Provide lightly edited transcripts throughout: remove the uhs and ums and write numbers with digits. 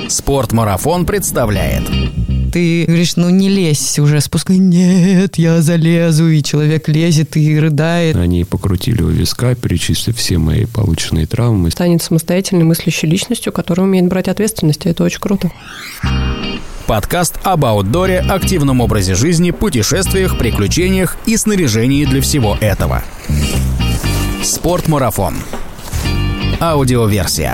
Спортмарафон представляет. Ты говоришь, не лезь уже, спускай. Нет, я залезу, и человек лезет и рыдает. Они покрутили у виска, перечислив все мои полученные травмы. Станет самостоятельной мыслящей личностью, которая умеет брать ответственность, и это очень круто. Подкаст об аутдоре, активном образе жизни, путешествиях, приключениях и снаряжении для всего этого. Спортмарафон. Аудиоверсия.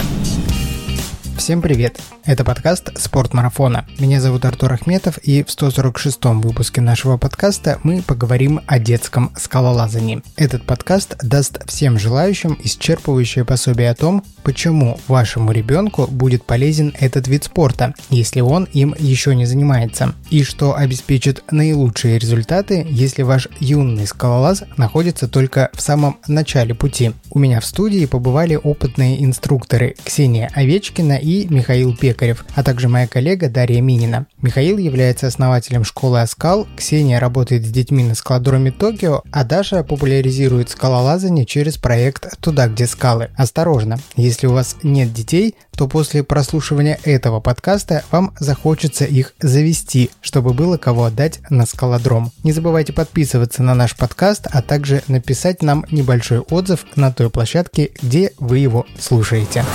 Всем привет! Это подкаст «Спортмарафона». Меня зовут Артур Ахметов, и в 146-м выпуске нашего подкаста мы поговорим о детском скалолазании. Этот подкаст даст всем желающим исчерпывающее пособие о том, почему вашему ребенку будет полезен этот вид спорта, если он им еще не занимается, и что обеспечит наилучшие результаты, если ваш юный скалолаз находится только в самом начале пути. У меня в студии побывали опытные инструкторы Ксения Овечкина и Михаил Пекарев, а также моя коллега Дарья Минина. Михаил является основателем школы Аскал, Ксения работает с детьми на скалодроме Токио, а Даша популяризирует скалолазание через проект «Туда, где скалы». Осторожно, если у вас нет детей, то после прослушивания этого подкаста вам захочется их завести, чтобы было кого отдать на скалодром. Не забывайте подписываться на наш подкаст, а также написать нам небольшой отзыв на той площадке, где вы его слушаете.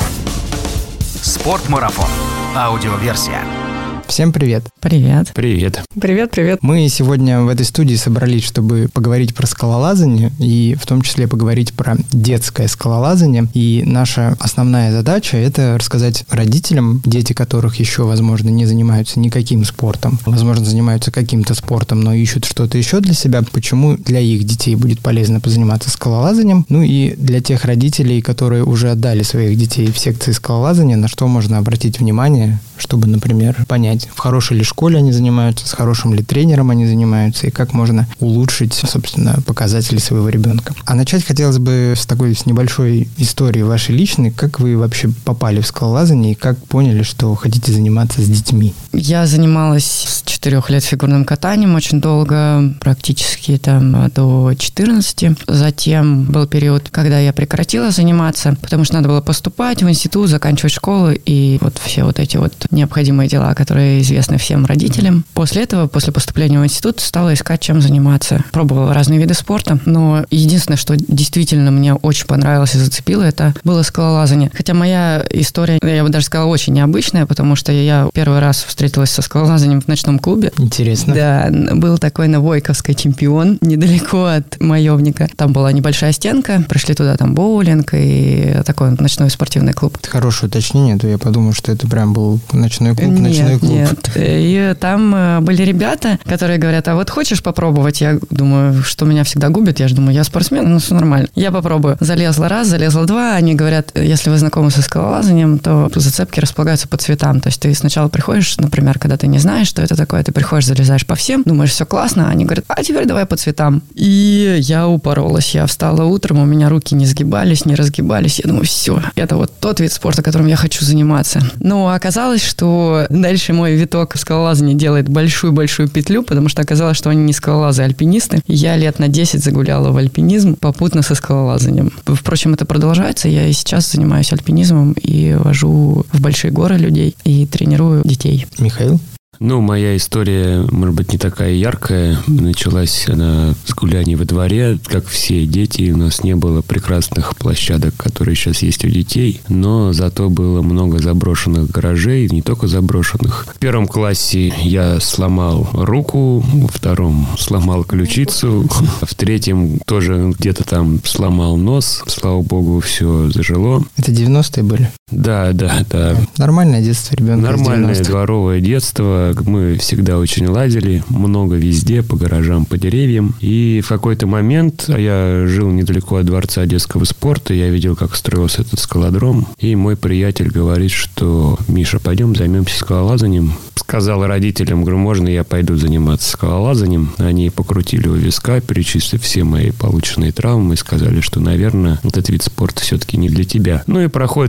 Спортмарафон. Аудиоверсия. Всем привет! Привет! Привет! Привет! Мы сегодня в этой студии собрались, чтобы поговорить про скалолазание и в том числе поговорить про детское скалолазание. И наша основная задача – это рассказать родителям, дети которых еще, возможно, не занимаются никаким спортом, возможно, занимаются каким-то спортом, но ищут что-то еще для себя, почему для их детей будет полезно позаниматься скалолазанием. Ну и для тех родителей, которые уже отдали своих детей в секции скалолазания, на что можно обратить внимание, чтобы, например, понять, в хорошей ли школе они занимаются, с хорошим ли тренером они занимаются, и как можно улучшить, собственно, показатели своего ребенка. А начать хотелось бы с небольшой истории вашей личной. Как вы вообще попали в скалолазание и как поняли, что хотите заниматься с детьми? Я занималась с 4 лет фигурным катанием очень долго, практически до 14. Затем был период, когда я прекратила заниматься, потому что надо было поступать в институт, заканчивать школу и все эти необходимые дела, которые известны всем родителям. После этого, после поступления в институт, стала искать, чем заниматься. Пробовала разные виды спорта, но единственное, что действительно мне очень понравилось и зацепило, это было скалолазание. Хотя моя история, я бы даже сказала, очень необычная, потому что я первый раз встретилась со скалолазанием в ночном клубе. Интересно. Да, был такой на Войковской чемпион, недалеко от Маевника. Там была небольшая стенка, пришли туда боулинг и такой ночной спортивный клуб. Это хорошее уточнение, а то я подумал, что это прям был ночной клуб. Нет. И там были ребята, которые говорят, а вот хочешь попробовать? Я думаю, что меня всегда губит. Я же думаю, я спортсмен, все нормально. Я попробую. Залезла раз, залезла два. Они говорят, если вы знакомы со скалолазанием, то зацепки располагаются по цветам. То есть ты сначала приходишь, например, когда ты не знаешь, что это такое, ты приходишь, залезаешь по всем, думаешь, все классно. Они говорят, а теперь давай по цветам. И я упоролась. Я встала утром, у меня руки не сгибались, не разгибались. Я думаю, все, это тот вид спорта, которым я хочу заниматься. Но оказалось, что дальше мой виток скалолазания делает большую-большую петлю, потому что оказалось, что они не скалолазы, а альпинисты. Я лет на 10 загуляла в альпинизм попутно со скалолазанием. Впрочем, это продолжается. Я и сейчас занимаюсь альпинизмом и вожу в большие горы людей и тренирую детей. Михаил? Моя история, может быть, не такая яркая. Началась она с гуляний во дворе. Как все дети, у нас не было прекрасных площадок, которые сейчас есть у детей, но зато было много заброшенных гаражей, не только заброшенных. В 1 классе я сломал руку, во 2 сломал ключицу, в 3 тоже где-то там сломал нос. Слава богу, все зажило. Это 90-е были? Да. Нормальное детство ребенка. Нормальное дворовое детство. Мы всегда очень лазили, много везде, по гаражам, по деревьям. И в какой-то момент, я жил недалеко от Дворца детского спорта, я видел, как строился этот скалодром. И мой приятель говорит, что Миша, пойдем займемся скалолазанием. Сказал родителям, говорю, можно я пойду заниматься скалолазанием? Они покрутили у виска, перечислив все мои полученные травмы и сказали, что, наверное, этот вид спорта все-таки не для тебя. И проходит полгода,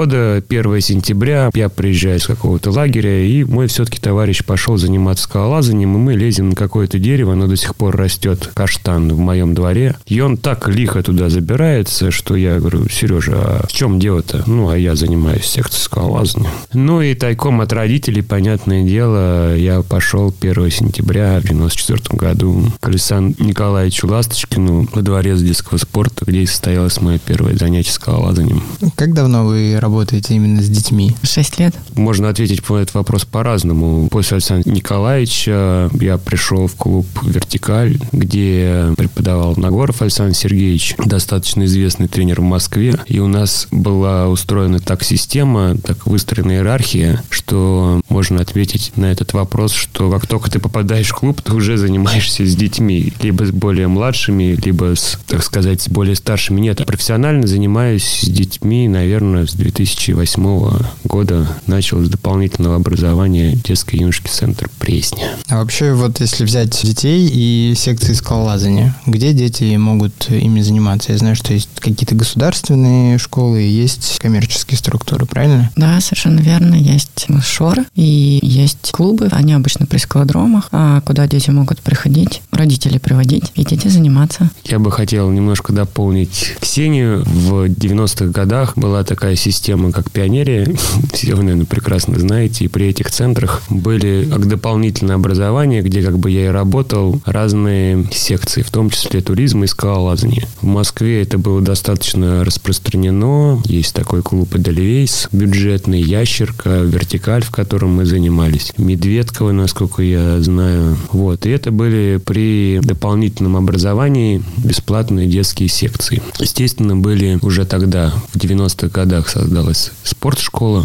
года, 1 сентября, я приезжаю с какого-то лагеря, и мой все-таки товарищ пошел заниматься скалолазанием, и мы лезем на какое-то дерево, оно до сих пор растет, каштан в моем дворе, и он так лихо туда забирается, что я говорю: Сережа, а в чем дело-то? А я занимаюсь секцией скалолазания. И тайком от родителей, понятное дело, я пошел 1 сентября в 1994 году к Александру Николаевичу Ласточкину во дворец детского спорта, где и состоялось мое первое занятие скалолазанием. Как давно вы работаете именно с детьми? 6 лет. Можно ответить на этот вопрос по-разному. После Александра Николаевича я пришел в клуб «Вертикаль», где преподавал Нагоров Александр Сергеевич, достаточно известный тренер в Москве. И у нас была устроена так система, так выстроена иерархия, что можно ответить на этот вопрос, что как только ты попадаешь в клуб, ты уже занимаешься с детьми. Либо с более младшими, либо с, так сказать, с более старшими. Нет, профессионально занимаюсь с детьми, наверное, с 2008 года. Начал с дополнительного образования детский юношеский центр Пресня. А вообще, вот если взять детей и секции скалолазания, где дети могут ими заниматься? Я знаю, что есть какие-то государственные школы и есть коммерческие структуры, правильно? Да, совершенно верно. Есть шоры и есть клубы. Они обычно при скалодромах, куда дети могут приходить, родители приводить и дети заниматься. Я бы хотел немножко дополнить Ксению. В 90-х годах была такая система, как «Пионерия». Все вы, наверное, прекрасно знаете. И при этих центрах были дополнительное образование, где как бы я и работал, разные секции, в том числе туризм и скалолазание. В Москве это было достаточно распространено. Есть такой клуб «Эдельвейс», бюджетный, «Ящерка», «Вертикаль», в котором мы занимались, «Медведково», насколько я знаю. И это были при дополнительном образовании бесплатные детские секции. Естественно, были уже тогда, в 90-х годах, создалась спортшкола.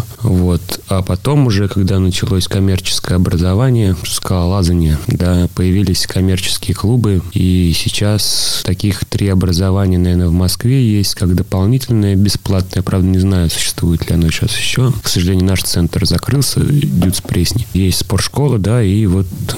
А потом уже, когда началось коммерческое образование, скалолазание, появились коммерческие клубы. И сейчас таких 3 образования, наверное, в Москве есть, как дополнительное, бесплатное. Правда, не знаю, существует ли оно сейчас еще. К сожалению, наш центр закрылся, Дюц Пресни. Есть спортшкола, и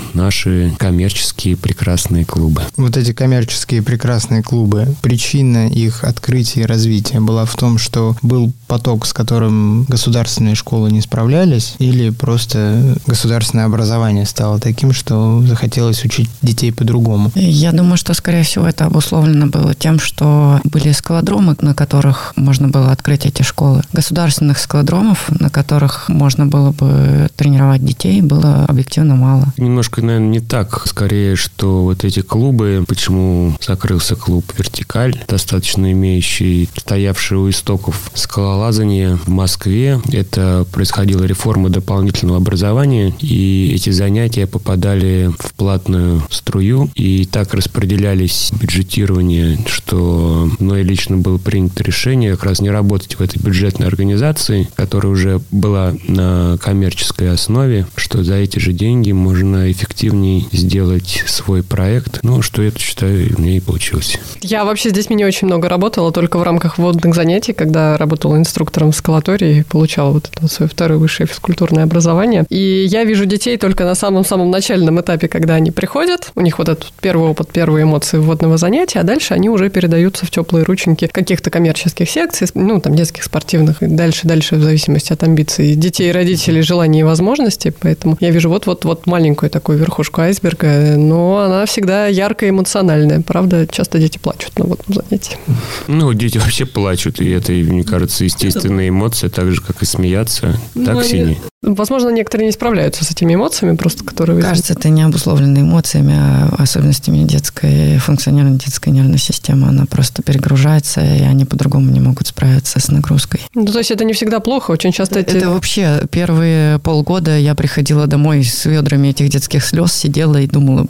наши коммерческие прекрасные клубы. Вот эти коммерческие прекрасные клубы, причина их открытия и развития была в том, что был поток, с которым государственные школы не справлялись, или просто государственное образование стало таким, что захотелось учить детей по-другому? Я думаю, что, скорее всего, это обусловлено было тем, что были скалодромы, на которых можно было открыть эти школы. Государственных скалодромов, на которых можно было бы тренировать детей, было объективно мало. Немножко, наверное, не так. Скорее, что вот эти клубы, почему закрылся клуб «Вертикаль», достаточно имеющий, стоявший у истоков скалолазания в Москве. Это происходила реформа дополнительного образования, и эти занятия попадали в платную струю, и так распределялись бюджетирование, что мной лично было принято решение как раз не работать в этой бюджетной организации, которая уже была на коммерческой основе, что за эти же деньги можно эффективнее сделать свой проект. Что я считаю, у меня и получилось. Я вообще с детьми не очень много работала, только в рамках вводных занятий, когда работала инструктором в скалатории, получала это свое второе высшее физкультурное образование. И я вижу детей только на самом-самом начальном этапе, когда они приходят, у них этот первый опыт, первые эмоции вводного занятия, а дальше они уже передаются в теплые рученьки каких-то коммерческих секций, детских, спортивных, и дальше, в зависимости от амбиций детей, родителей, желаний и возможностей. Поэтому я вижу вот маленькую такую верхушку айсберга, но она всегда яркая, эмоциональная. Правда, часто дети плачут на водном занятии. Дети вообще плачут, и это, мне кажется, естественная эмоция, так же, как и смеяться. Так, Ксения? Возможно, некоторые не справляются с этими эмоциями, просто которые... Кажется, это не обусловлено эмоциями, а особенностями функционирования детской нервной системы. Она просто перегружается, и они по-другому не могут справиться с нагрузкой. То есть это не всегда плохо, очень часто это вообще первые полгода я приходила домой с ведрами этих детских слез, сидела и думала,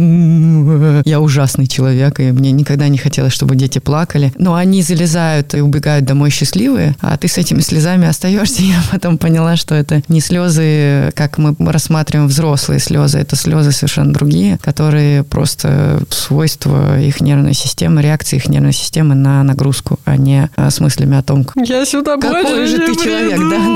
я ужасный человек, и мне никогда не хотелось, чтобы дети плакали. Но они залезают и убегают домой счастливые, а ты с этими слезами остаешься. Я потом поняла, что это не слезы, как мы рассматриваем взрослые слезы, это слезы совершенно другие, которые просто свойства их нервной системы, реакции их нервной системы на нагрузку, а не с мыслями о том, я сюда какой же ты человек.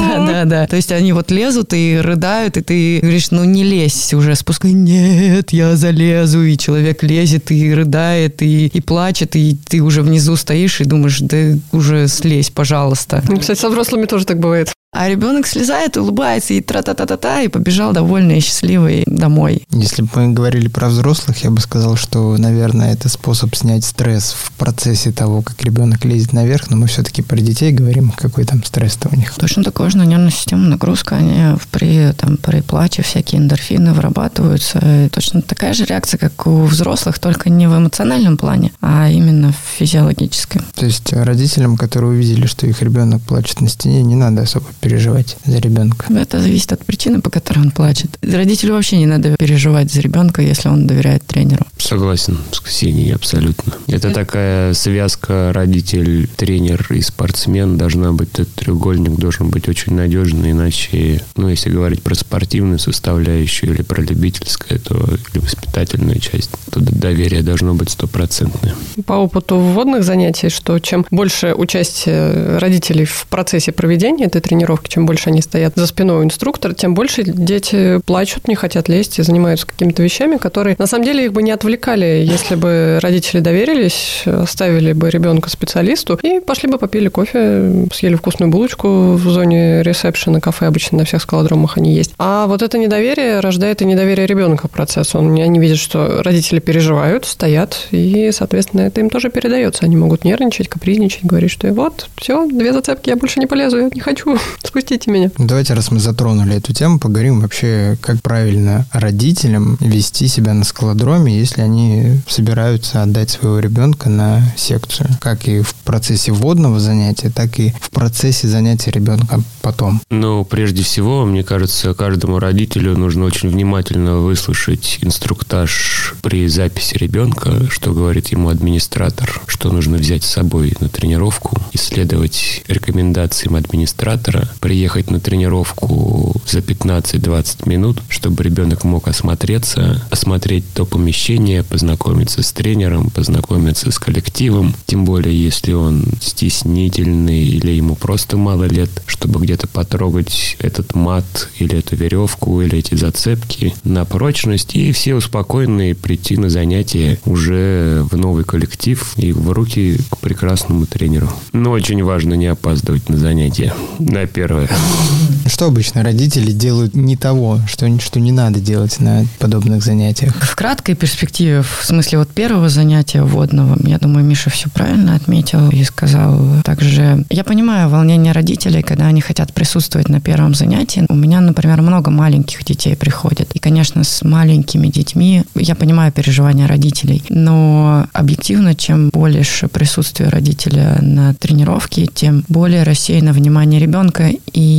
Да. То есть они вот лезут и рыдают, и ты говоришь, не лезь уже, спускай. Нет, я залезу, и человек лезет, и рыдает, и плачет, и ты уже внизу стоишь и думаешь, да уже слезь, пожалуйста. Кстати, со взрослыми тоже так бывает. А ребенок слезает, улыбается и тра-та-та-та-та, и побежал довольный и счастливый домой. Если бы мы говорили про взрослых, я бы сказал, что, наверное, это способ снять стресс в процессе того, как ребенок лезет наверх, но мы все-таки про детей говорим, какой там стресс-то у них. Точно такое же на нервную систему нагрузка, они при плаче всякие эндорфины вырабатываются. И точно такая же реакция, как у взрослых, только не в эмоциональном плане, а именно в физиологическом. То есть родителям, которые увидели, что их ребенок плачет на стене, не надо особо переживать за ребенка. Это зависит от причины, по которой он плачет. Родителю вообще не надо переживать за ребенка, если он доверяет тренеру. Согласен с Ксенией абсолютно. Это такая связка родитель-тренер и спортсмен должна быть. Этот треугольник должен быть очень надежный, иначе, если говорить про спортивную составляющую или про любительское, то или воспитательную часть, то доверие должно быть 100%. По опыту вводных занятий, что чем больше участия родителей в процессе проведения этой тренировки, чем больше они стоят за спиной у инструктора, тем больше дети плачут, не хотят лезть и занимаются какими-то вещами, которые на самом деле их бы не отвлекали, если бы родители доверились, оставили бы ребенка специалисту и пошли бы попили кофе, съели вкусную булочку в зоне ресепшена, кафе обычно на всех скалодромах они есть. А вот это недоверие рождает и недоверие ребенка к процессу. Они видят, что родители переживают, стоят, и, соответственно, это им тоже передается. Они могут нервничать, капризничать, говорить, что вот, все, 2 зацепки, я больше не полезу, я не хочу. Спустите меня. Давайте, раз мы затронули эту тему, поговорим вообще, как правильно родителям вести себя на скалодроме, если они собираются отдать своего ребенка на секцию. Как и в процессе вводного занятия, так и в процессе занятия ребенка потом. Прежде всего, мне кажется, каждому родителю нужно очень внимательно выслушать инструктаж при записи ребенка, что говорит ему администратор, что нужно взять с собой на тренировку, исследовать рекомендациям администратора, приехать на тренировку за 15-20 минут, чтобы ребенок мог осмотреться, осмотреть то помещение, познакомиться с тренером, познакомиться с коллективом, тем более, если он стеснительный или ему просто мало лет, чтобы где-то потрогать этот мат или эту веревку, или эти зацепки на прочность, и все успокоенные прийти на занятия уже в новый коллектив и в руки к прекрасному тренеру. Но очень важно не опаздывать на занятия. На первое. Что обычно родители делают не того, что не надо делать на подобных занятиях? В краткой перспективе, в смысле первого занятия вводного, я думаю, Миша все правильно отметил и сказал. Также я понимаю волнение родителей, когда они хотят присутствовать на первом занятии. У меня, например, много маленьких детей приходит. И, конечно, с маленькими детьми я понимаю переживания родителей. Но объективно, чем больше присутствия родителя на тренировке, тем более рассеяно внимание ребенка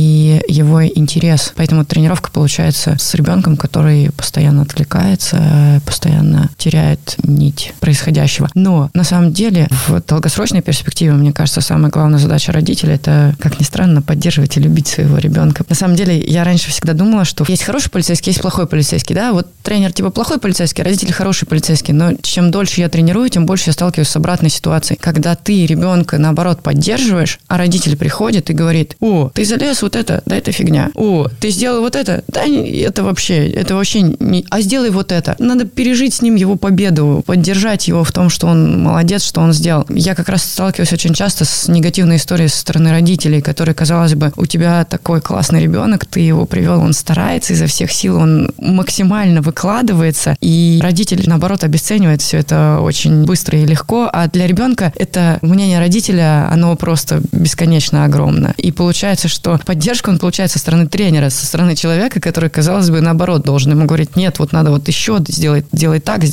и его интерес. Поэтому тренировка получается с ребенком, который постоянно отвлекается, постоянно теряет нить происходящего. Но на самом деле в долгосрочной перспективе, мне кажется, самая главная задача родителя — это, как ни странно, поддерживать и любить своего ребенка. На самом деле я раньше всегда думала, что есть хороший полицейский, есть плохой полицейский. Да? Вот тренер типа плохой полицейский, родители хороший полицейский. Но чем дольше я тренирую, тем больше я сталкиваюсь с обратной ситуацией. Когда ты ребенка, наоборот, поддерживаешь, а родитель приходит и говорит: о, ты залез вот это, да это фигня. О, ты сделал вот это, да это вообще не... А сделай вот это. Надо пережить с ним его победу, поддержать его в том, что он молодец, что он сделал. Я как раз сталкиваюсь очень часто с негативной историей со стороны родителей, которые, казалось бы, у тебя такой классный ребенок, ты его привел, он старается изо всех сил, он максимально выкладывается, и родитель, наоборот, обесценивает все это очень быстро и легко, а для ребенка это мнение родителя, оно просто бесконечно огромно. И получается, что поддержку он получает со стороны тренера, со стороны человека, который, казалось бы, наоборот, должен ему говорить: нет, вот надо вот еще делай так,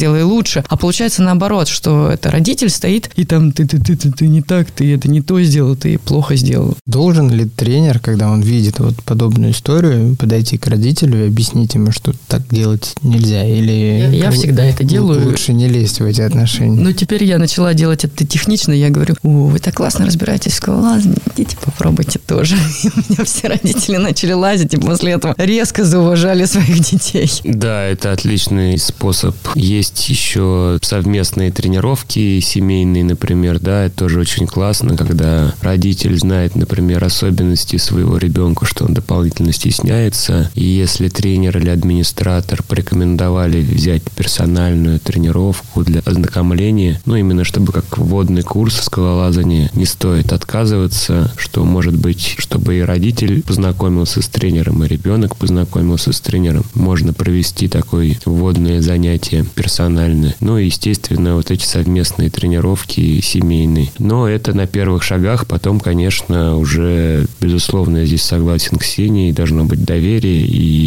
сделай лучше. А получается наоборот, что это родитель стоит, и там ты не так, ты это не то сделал, ты плохо сделал. Должен ли тренер, когда он видит вот подобную историю, подойти к родителю и объяснить ему, что так делать нельзя? Или я всегда это делаю. Лучше не лезть в эти отношения? Но теперь я начала делать это технично. Я говорю: вы так классно разбираетесь в скалолазании, идите попробуйте тоже. И у меня все родители начали лазить, и после этого резко зауважали своих детей. Да, это отличный способ. Есть еще совместные тренировки семейные, например, да, это тоже очень классно, когда родитель знает, например, особенности своего ребенка, что он дополнительно стесняется, и если тренер или администратор порекомендовали взять персональную тренировку для ознакомления, именно чтобы как вводный курс скалолазания, не стоит отказываться, что может быть, чтобы и родитель познакомился с тренером, и ребенок познакомился с тренером. Можно провести такое вводное занятие персональное. И, естественно, вот эти совместные тренировки семейные. Но это на первых шагах. Потом, конечно, уже, безусловно, я здесь согласен с Ксенией, должно быть доверие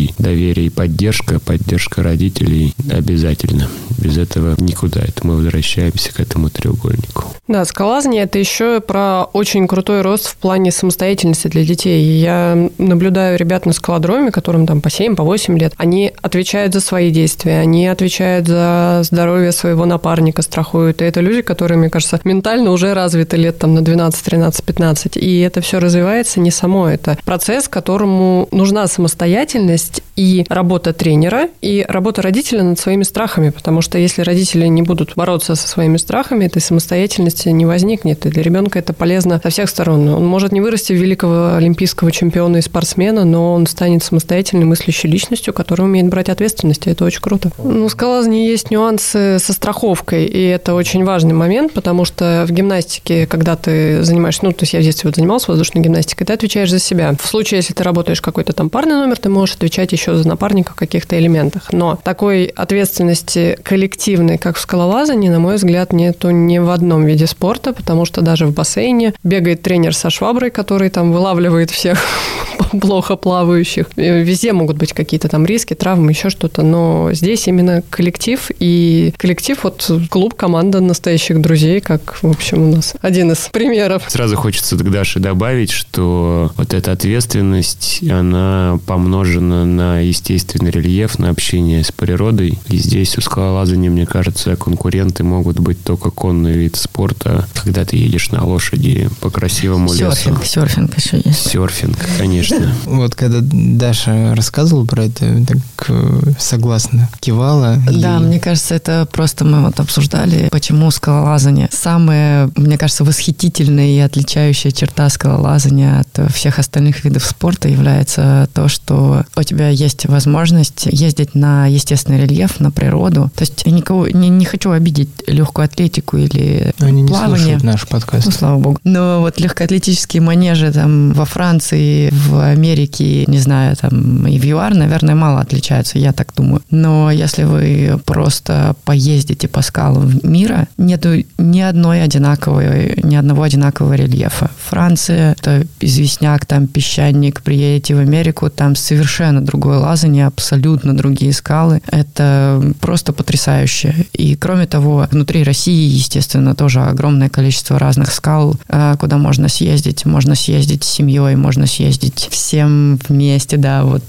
и поддержка родителей обязательно. Без этого никуда. Это мы возвращаемся к этому треугольнику. Да, скалолазание – это еще про очень крутой рост в плане самостоятельности для детей. Я наблюдаю ребят на скалодроме, которым там по 7, по 8 лет. Они отвечают за свои действия, они отвечают за здоровье своего напарника, страхуют. И это люди, которые, мне кажется, ментально уже развиты лет там на 12, 13, 15. И это все развивается не само. Это процесс, которому нужна самостоятельность и работа тренера, и работа родителя над своими страхами. Потому что если родители не будут бороться со своими страхами, этой самостоятельности не возникнет. И для ребенка это полезно со всех сторон. Он может не вырасти в великого олимпийского чемпиона и спортсмена, но он станет самостоятельной мыслящей личностью, которая умеет брать ответственность. И это очень круто. В скалолазании есть нюансы со страховкой, и это очень важный момент, потому что в гимнастике, когда ты занимаешься, то есть я в детстве занималась воздушной гимнастикой, ты отвечаешь за себя. В случае, если ты работаешь какой-то там парный номер, ты можешь отвечать еще за напарника в каких-то элементах. Но такой ответственности коллективной, как в скалолазании, на мой взгляд, нету ни в одном виде спорта, потому что даже в бассейне бегает тренер со шваброй, который там вылавливает всех плохо плавающих. Везде могут быть какие-то там риски, травмы, еще что-то, но здесь именно коллектив, и коллектив, клуб, команда настоящих друзей, как, в общем, у нас один из примеров. Сразу хочется к Даше добавить, что вот эта ответственность, она помножена на естественный рельеф, на общение с природой, и здесь у скалолазания, мне кажется, конкуренты могут быть только конный вид спорта, когда ты едешь на лошади по красивому лесу. Серфинг еще есть. Серфинг, конечно. Вот когда Даша рассказывала про это, так согласно кивала. Да, мне кажется, это просто мы обсуждали, почему скалолазание. Самая, мне кажется, восхитительная и отличающая черта скалолазания от всех остальных видов спорта является то, что у тебя есть возможность ездить на естественный рельеф, на природу. То есть я никого не хочу обидеть легкую атлетику или они плавание. Не слушают наш подкаст. Слава богу. Но вот легкоатлетические манежи там во Франции, в Америке, не знаю, там и в ЮАР, наверное, мало отличаются, я так думаю. Но если вы просто поездите по скалам мира, нету ни одного одинакового рельефа. Франция – это известняк, там песчаник. Приедете в Америку, там совершенно другое лазание, абсолютно другие скалы. Это просто потрясающе. И кроме того, внутри России, естественно, тоже огромное количество разных скал, куда можно съездить. Можно съездить с семьей, можно съездить всем вместе, да, вот.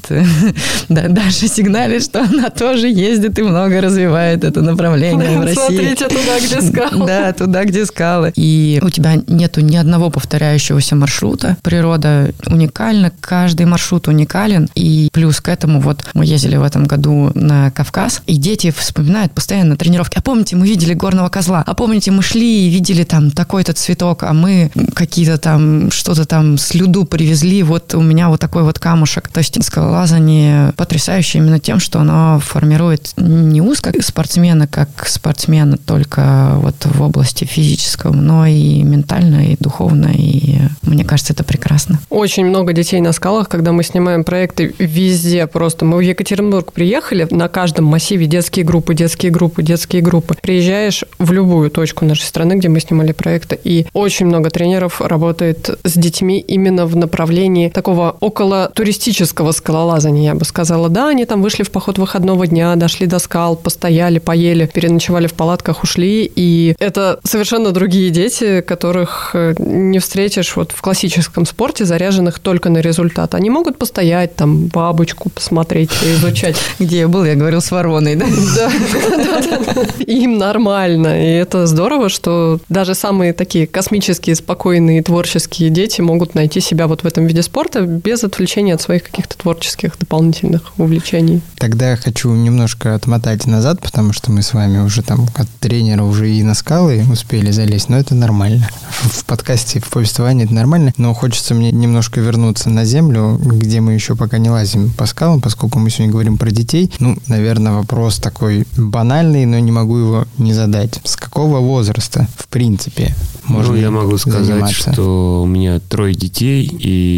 Даша сигналит, что она тоже ездит и много развивает это направление в России. Смотрите туда, где скалы. Да, туда, где скалы. И у тебя нету ни одного повторяющегося маршрута. Природа уникальна, каждый маршрут уникален. И плюс к этому, вот мы ездили в этом году на Кавказ, и дети вспоминают постоянно тренировки. А помните, мы видели горного козла? А помните, мы шли и видели там такой-то цветок, а мы какие-то там, что-то там с льду привезли, вот у меня вот такой вот камушек. То есть скалолазание потрясающее именно тем, что оно формирует не узко спортсмена, как спортсмена только вот в области физического, но и ментально, и духовно, и мне кажется, это прекрасно. Очень много детей на скалах, когда мы снимаем проекты везде просто. Мы в Екатеринбург приехали, на каждом массиве детские группы. Приезжаешь в любую точку нашей страны, где мы снимали проекты, и очень много тренеров работает с детьми именно в направлении такого около туристического скалолазания, я бы сказала. Да, они там вышли в поход выходного дня, дошли до скал, постояли, постояли, поели, переночевали в палатках, ушли. И это совершенно другие дети, которых не встретишь вот в классическом спорте, заряженных только на результат. Они могут постоять, там, бабочку посмотреть, изучать. Где я был, я говорил с вороной, да? Да. Им нормально. И это здорово, что даже самые такие космические, спокойные, творческие дети могут найти себя вот в этом виде спорта без отвлечения от своих каких-то творческих дополнительных увлечений. Тогда я хочу немножко отмотать назад, потому что мы с вами уже там от тренера уже и на скалы успели залезть, но это нормально. В подкасте, в повествовании это нормально, но хочется мне немножко вернуться на землю, где мы еще пока не лазим по скалам, поскольку мы сегодня говорим про детей. Наверное, вопрос такой банальный, но не могу его не задать. С какого возраста, в принципе, можно я могу сказать, заниматься? что у меня 3 детей,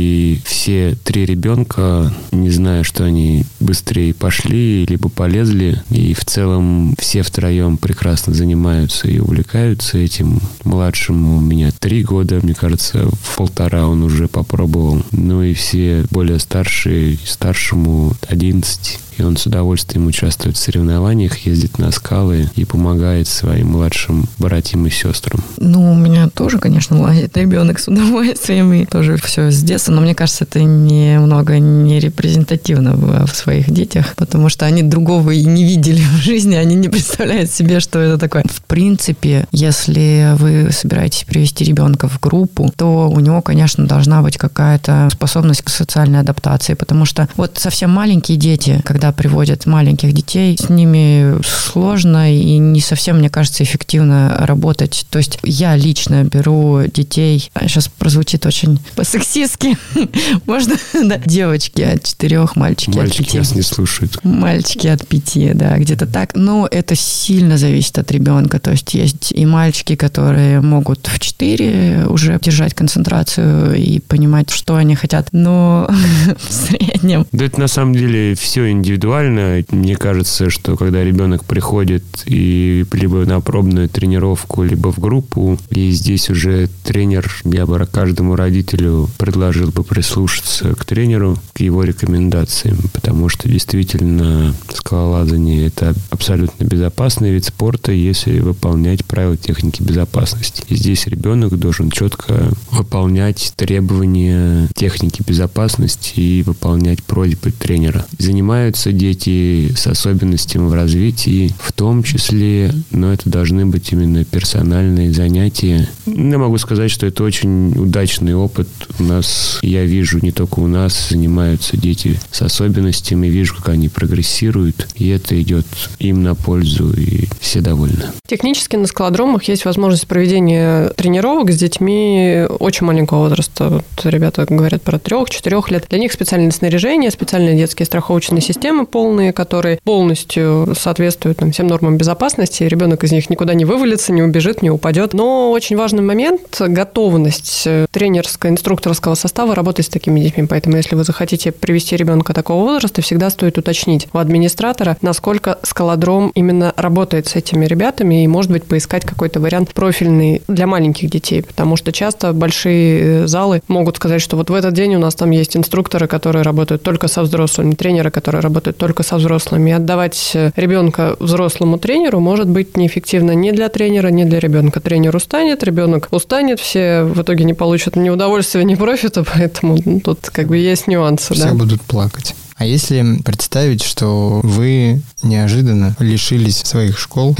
и все 3 ребенка, не знаю, что они быстрее пошли, либо полезли, и в целом все втроем прекрасно занимаются и увлекаются этим. Младшему у меня 3 года, мне кажется, в 1,5 он уже попробовал. И все более старшие, старшему 11. И он с удовольствием участвует в соревнованиях, ездит на скалы и помогает своим младшим братьям и сестрам. У меня тоже, конечно, лазит ребенок с удовольствием, и тоже все с детства, но мне кажется, это немного не репрезентативно в своих детях, потому что они другого и не видели в жизни, они не представляют себе, что это такое. В принципе, если вы собираетесь привести ребенка в группу, то у него, конечно, должна быть какая-то способность к социальной адаптации, потому что вот совсем маленькие дети, когда приводят маленьких детей, с ними сложно и не совсем, мне кажется, эффективно работать. То есть я лично беру детей, сейчас прозвучит очень по-сексистски, можно, да, девочки от 4, мальчики от 5. Мальчики нас не слушают. Мальчики от 5, да, где-то так. Но это сильно зависит от ребенка. То есть есть и мальчики, которые могут в 4 уже держать концентрацию и понимать, что они хотят. Но в среднем... Да это на самом деле все индивидуально. Мне кажется, что когда ребенок приходит и либо на пробную тренировку, либо в группу, и здесь уже тренер, я бы каждому родителю предложил бы прислушаться к тренеру, к его рекомендациям, потому что действительно скалолазание – это абсолютно безопасный вид спорта, если выполнять правила техники безопасности. И здесь ребенок должен четко выполнять требования техники безопасности и выполнять просьбы тренера. Занимаются дети с особенностями в развитии, в том числе, но это должны быть именно персональные занятия. Я могу сказать, что это очень удачный опыт. У нас, я вижу, не только у нас занимаются дети с особенностями, вижу, как они прогрессируют, и это идет им на пользу, и все довольны. Технически на скалодромах есть возможность проведения тренировок с детьми очень маленького возраста. Вот ребята говорят про 3-4 лет. Для них специальное снаряжение, специальные детские страховочные системы полные, которые полностью соответствуют всем нормам безопасности. Ребенок из них никуда не вывалится, не убежит, не упадет. Но очень важный момент – готовность тренерского, инструкторского состава работать с такими детьми. Поэтому, если вы захотите привести ребенка такого возраста, всегда стоит уточнить у администратора, насколько скалодром именно работает с этими ребятами, и, может быть, поискать какой-то вариант профильный для маленьких детей, потому что часто большие залы могут сказать, что вот в этот день у нас там есть инструкторы, которые работают только со взрослыми, тренеры, которые работают только со взрослыми. И отдавать ребенка взрослому тренеру может быть неэффективно ни для тренера, ни для ребенка. Тренер устанет, ребенок устанет, все в итоге не получат ни удовольствия, ни профита, поэтому тут есть нюансы. Все будут плакать. А если представить, что вы неожиданно лишились своих школ,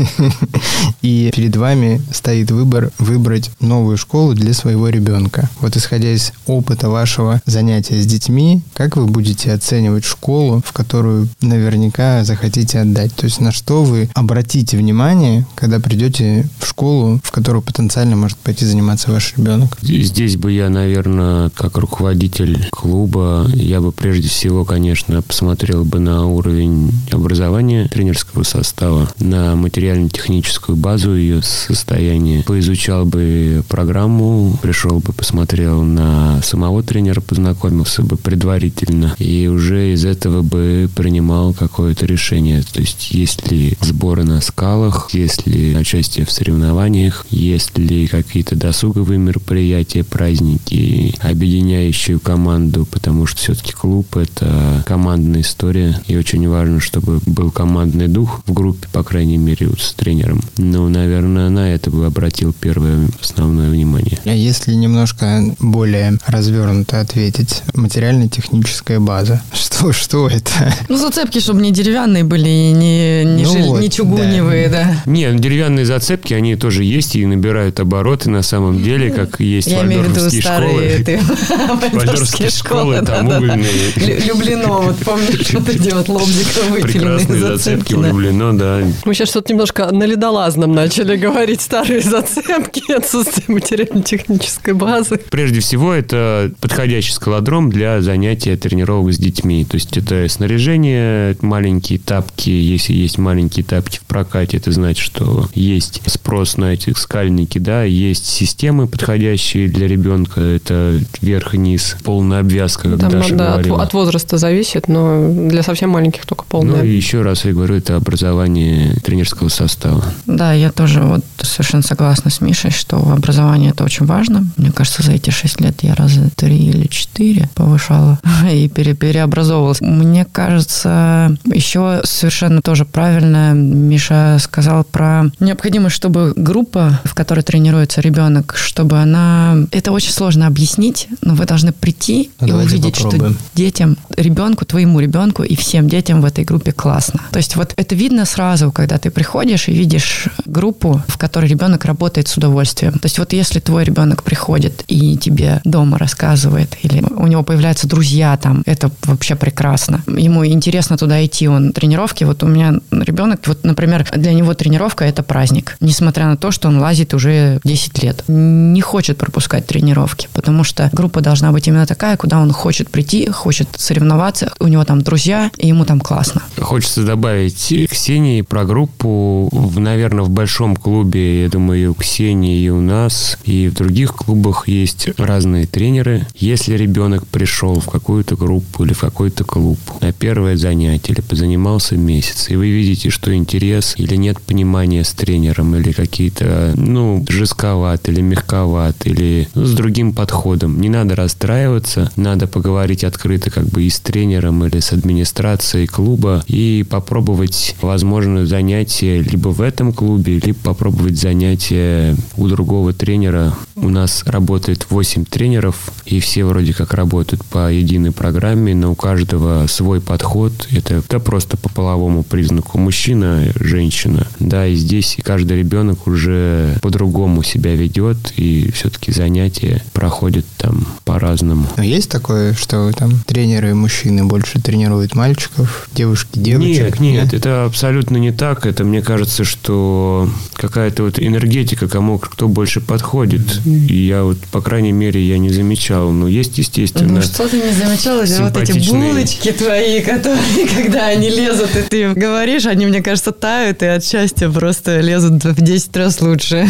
и перед вами стоит выбор выбрать новую школу для своего ребенка. Вот исходя из опыта вашего занятия с детьми, как вы будете оценивать школу, в которую наверняка захотите отдать? То есть на что вы обратите внимание, когда придете в школу, в которую потенциально может пойти заниматься ваш ребенок? Здесь бы я, наверное, как руководитель клуба, я бы прежде всего, конечно, посмотрел бы на уровень образования тренерского состава, на материально-техническую базу, ее состояние, поизучал бы программу, пришел бы, посмотрел на самого тренера, познакомился бы предварительно, и уже из этого бы принимал какое-то решение. То есть, есть ли сборы на скалах, есть ли участие в соревнованиях, есть ли какие-то досуговые мероприятия, праздники, объединяющие команду, потому что все-таки клуб – это команда командная история, и очень важно, чтобы был командный дух в группе, по крайней мере, вот с тренером. Ну, наверное, на это бы обратил первое основное внимание. А если немножко более развернуто ответить, материально-техническая база, что это? Ну, зацепки, чтобы не деревянные были и не чугуневые, да. Не, деревянные зацепки, они тоже есть и набирают обороты на самом деле, как есть вальдорфские школы. Вальдорфские школы, там угольные. Люблено, вот помнишь, что ты делал, лобзика выпиленные прекрасные зацепки в Люблено, да. Мы сейчас что-то немножко на ледолазном начали говорить, старые зацепки, отсутствие материально-технической базы. Прежде всего, это подходящий скалодром для занятия тренировок с детьми. То есть, это снаряжение, маленькие тапки. Если есть маленькие тапки в прокате, это значит, что есть спрос на эти скальники, да, есть системы, подходящие для ребенка. Это верх и низ, полная обвязка, как там, Даша говорила. От возраста зависит, но для совсем маленьких только полная. Ну, и еще раз я говорю, это образование тренерского состава. Да, я тоже вот совершенно согласна с Мишей, что образование – это очень важно. Мне кажется, за эти 6 лет я раза 3 или 4 повышала и переобразовывалась. Мне кажется, еще совершенно тоже правильно Миша сказал про необходимость, чтобы группа, в которой тренируется ребенок, чтобы она... Это очень сложно объяснить, но вы должны прийти и увидеть, что детям, ребенку, твоему ребенку и всем детям в этой группе классно. То есть вот это видно сразу, когда ты приходишь и видишь группу, в которой ребенок работает с удовольствием. То есть вот если твой ребенок приходит и тебе дома рассказывает, или у него появляются друзья там, это вообще прекрасно. Ему интересно туда идти, он тренировки. Вот у меня ребенок, вот, например, для него тренировка – это праздник. Несмотря на то, что он лазит уже 10 лет. Не хочет пропускать тренировки, потому что группа должна быть именно такая, куда он хочет прийти, хочет соревноваться, у него там друзья, и ему там классно. Хочется добавить Ксении про группу, наверное, в большом клубе, я думаю, и у Ксении, и у нас, и в других клубах есть разные тренеры. Если ребенок пришел в какую-то группу или в какой-то клуб на первое занятие или позанимался месяц, и вы видите, что интерес или нет понимания с тренером, или какие-то, жестковат или мягковат, или с другим подходом, не надо расстраиваться, надо поговорить открыто как бы и с тренером, или с администрацией клуба, и попробовать, возможно, занятие либо в этом клубе, либо попробовать занятие у другого тренера. У нас работает 8 тренеров, и все вроде как работают по единой программе, но у каждого свой подход. Это просто по половому признаку. Мужчина, женщина. Да, и здесь каждый ребенок уже по-другому себя ведет, и все-таки занятия проходят там по-разному. Но есть такое, что там тренеры мужчины больше тренируют мальчиков, девушки девочек? Нет, это абсолютно не так. Это, мне кажется, что какая-то вот энергетика, кому кто больше подходит. И я вот, по крайней мере, я не замечал. Но есть, естественно, Ну, что ты не замечала? Вот эти булочки твои, которые, когда они лезут, и ты говоришь, они, мне кажется, тают, и от счастья просто лезут в 10 раз лучше.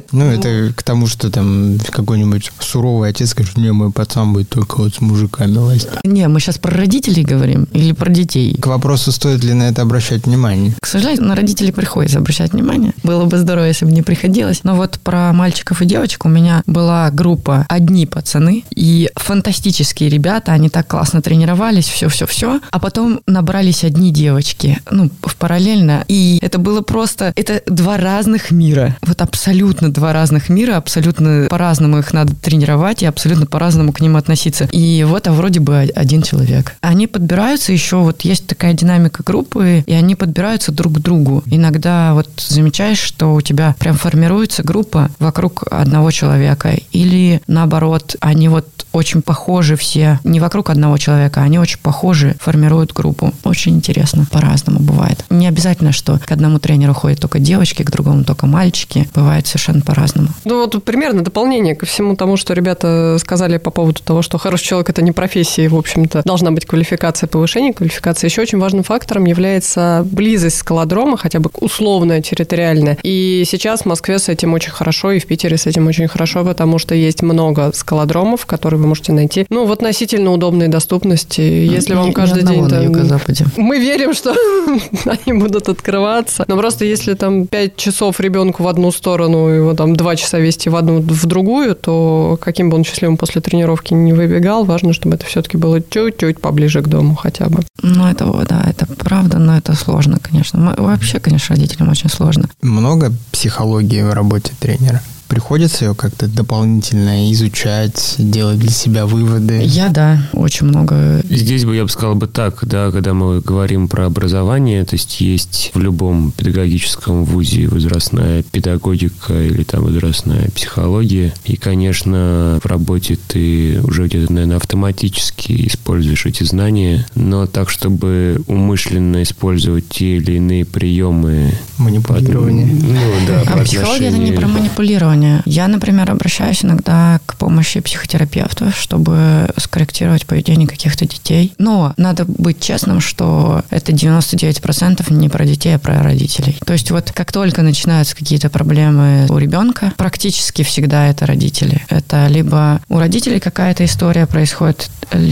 Это к тому, что там какой-нибудь суровый отец скажет, мой пацан будет только вот с мужиками лазить. Не, мы сейчас про родителей говорим или про детей? К вопросу, стоит ли на это обращать внимание. К сожалению, на родителей приходится обращать внимание. Было бы здорово, если бы не приходилось. Но вот про мальчиков и девочек у меня была группа одни пацаны и фантастические ребята, они так классно тренировались, все. А потом набрались одни девочки, параллельно. И это было просто... Это два разных мира. Вот абсолютно два разных мира, абсолютно по-разному их надо тренировать и абсолютно по-разному к ним относиться. И вот, вроде бы один человек. Они подбираются еще, вот есть такая динамика группы, и они подбираются друг к другу. Иногда вот замечаешь, что у тебя прям формируется группа вокруг одного человека. Или наоборот, они вот очень похожи все, не вокруг одного человека, они очень похожи, формируют группу. Очень интересно, по-разному бывает. Не обязательно, что к одному тренеру ходят только девочки, к другому только мальчики. Бывает совершенно по-разному. Вот примерно дополнение ко всему тому, что ребята сказали по поводу того, что хороший человек – это не профессия, и, в общем-то, должна быть квалификация, повышение квалификации. Еще очень важным фактором является близость скалодрома, хотя бы условная, территориальная. И сейчас в Москве с этим очень хорошо, и в Питере с этим очень хорошо. хорошо, потому что есть много скалодромов, которые вы можете найти, в относительно удобной доступности. Если вам каждый день... на юго-западе. Мы верим, что они будут открываться. Но просто если там 5 часов ребенку в одну сторону, его там 2 часа вести в другую, то каким бы он счастливым после тренировки не выбегал, важно, чтобы это все-таки было чуть-чуть поближе к дому хотя бы. Это правда, но это сложно, конечно. Вообще, конечно, родителям очень сложно. Много психологии в работе тренера? Приходится ее как-то дополнительно изучать, делать для себя выводы? Очень много. Здесь бы я бы сказал так, когда мы говорим про образование, то есть в любом педагогическом вузе возрастная педагогика или там возрастная психология. И, конечно, в работе ты уже где-то, наверное, автоматически используешь эти знания, но так, чтобы умышленно использовать те или иные приемы. Манипулирование. Психология – это не про манипулирование. Я, например, обращаюсь иногда к помощи психотерапевта, чтобы скорректировать поведение каких-то детей. Но надо быть честным, что это 99% не про детей, а про родителей. То есть как только начинаются какие-то проблемы у ребенка, практически всегда это родители. Это либо у родителей какая-то история происходит,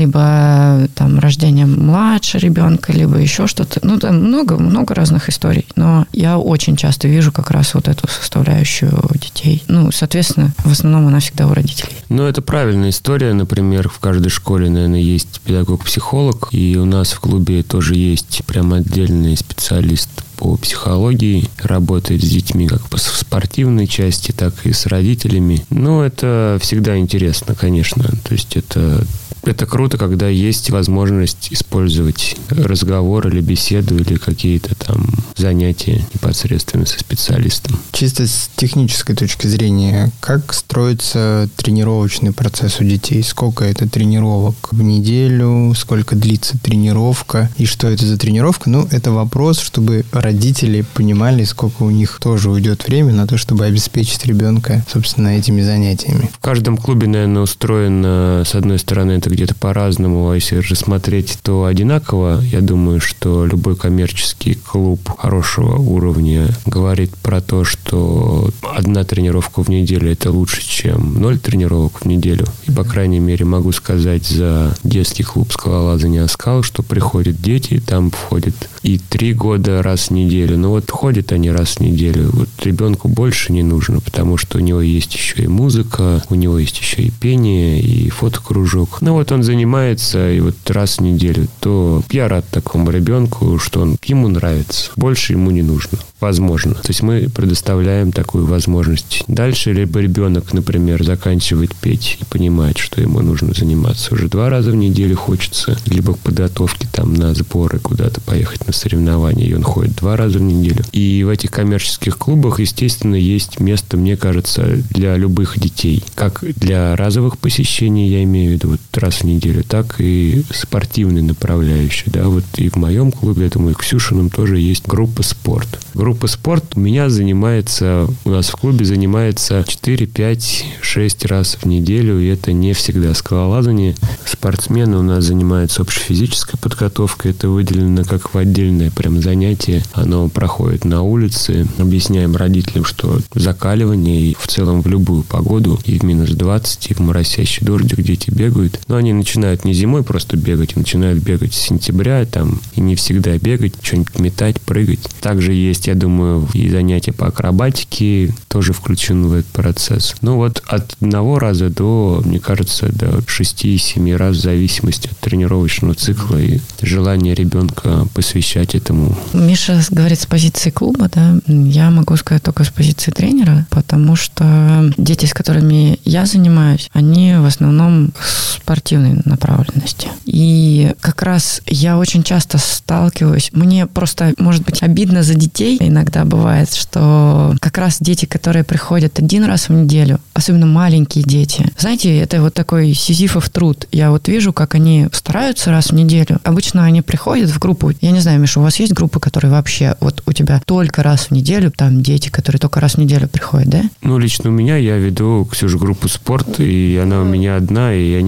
либо там рождение младше ребенка, либо еще что-то. Там много разных историй. Но я очень часто вижу как раз эту составляющую детей. Соответственно, в основном она всегда у родителей. Это правильная история. Например, в каждой школе, наверное, есть педагог-психолог. И у нас в клубе тоже есть прям отдельный специалист по психологии, работает с детьми как в спортивной части, так и с родителями. Это всегда интересно, конечно. То есть это круто, когда есть возможность использовать разговор или беседу, или какие-то там занятия непосредственно со специалистом. Чисто с технической точки зрения, как строится тренировочный процесс у детей? Сколько это тренировок в неделю? Сколько длится тренировка? И что это за тренировка? Это вопрос, чтобы родители понимали, сколько у них тоже уйдет время на то, чтобы обеспечить ребенка, собственно, этими занятиями. В каждом клубе, наверное, устроено, с одной стороны, это где-то по-разному, а если рассмотреть, то одинаково. Я думаю, что любой коммерческий клуб хорошего уровня говорит про то, что 1 тренировка в неделю – это лучше, чем 0 тренировок в неделю. И, по крайней мере, могу сказать за детский клуб «Скалолазание Аскал», что приходят дети, там входят и 3 года раз в неделю. Ходят они раз в неделю. Ребенку больше не нужно, потому что у него есть еще и музыка, у него есть еще и пение, и фотокружок. Он занимается, и раз в неделю, то я рад такому ребенку, что ему нравится. Больше ему не нужно. Возможно. То есть мы предоставляем такую возможность. Дальше либо ребенок, например, заканчивает петь и понимает, что ему нужно заниматься уже 2 раза в неделю хочется, либо к подготовке на сборы куда-то поехать на соревнования, и он ходит 2 раза в неделю. И в этих коммерческих клубах, естественно, есть место, мне кажется, для любых детей. Как для разовых посещений, я имею в виду раз в неделю, так и спортивной направляющей. И в моем клубе, я думаю, в Ксюшином тоже есть группа «Спорт». Группа «Спорт» у нас в клубе занимается 4, 5, 6 раз в неделю, и это не всегда скалолазание. Спортсмены у нас занимаются общефизической подготовкой, это выделено как в отдельное прям занятие. Оно проходит на улице. Объясняем родителям, что закаливание и в целом в любую погоду, и в минус 20, и в моросящий дождик дети бегают. Но они начинают не зимой просто бегать, начинают бегать с сентября, и не всегда бегать, что-нибудь метать, прыгать. Также есть, я думаю, и занятия по акробатике тоже включены в этот процесс. От 1 раза до, мне кажется, до 6-7 раз в зависимости от тренировочного цикла и желания ребенка посвящать этому. Миша говорит с позиции клуба, я могу сказать только с позиции тренера, потому что дети, с которыми я занимаюсь, они в основном спортивной направленности. И как раз я очень часто сталкиваюсь, мне просто, может быть, обидно за детей. Иногда бывает, что как раз дети, которые приходят 1 раз в неделю, особенно маленькие дети, знаете, это такой сизифов труд. Я вижу, как они стараются раз в неделю. Обычно они приходят в группу. Я не знаю, Миша, у вас есть группы, которые вообще у тебя только раз в неделю, там дети, которые только раз в неделю приходят, да? Лично у меня, я веду, Ксюша, группу «Спорт», и она у меня одна, и они ходят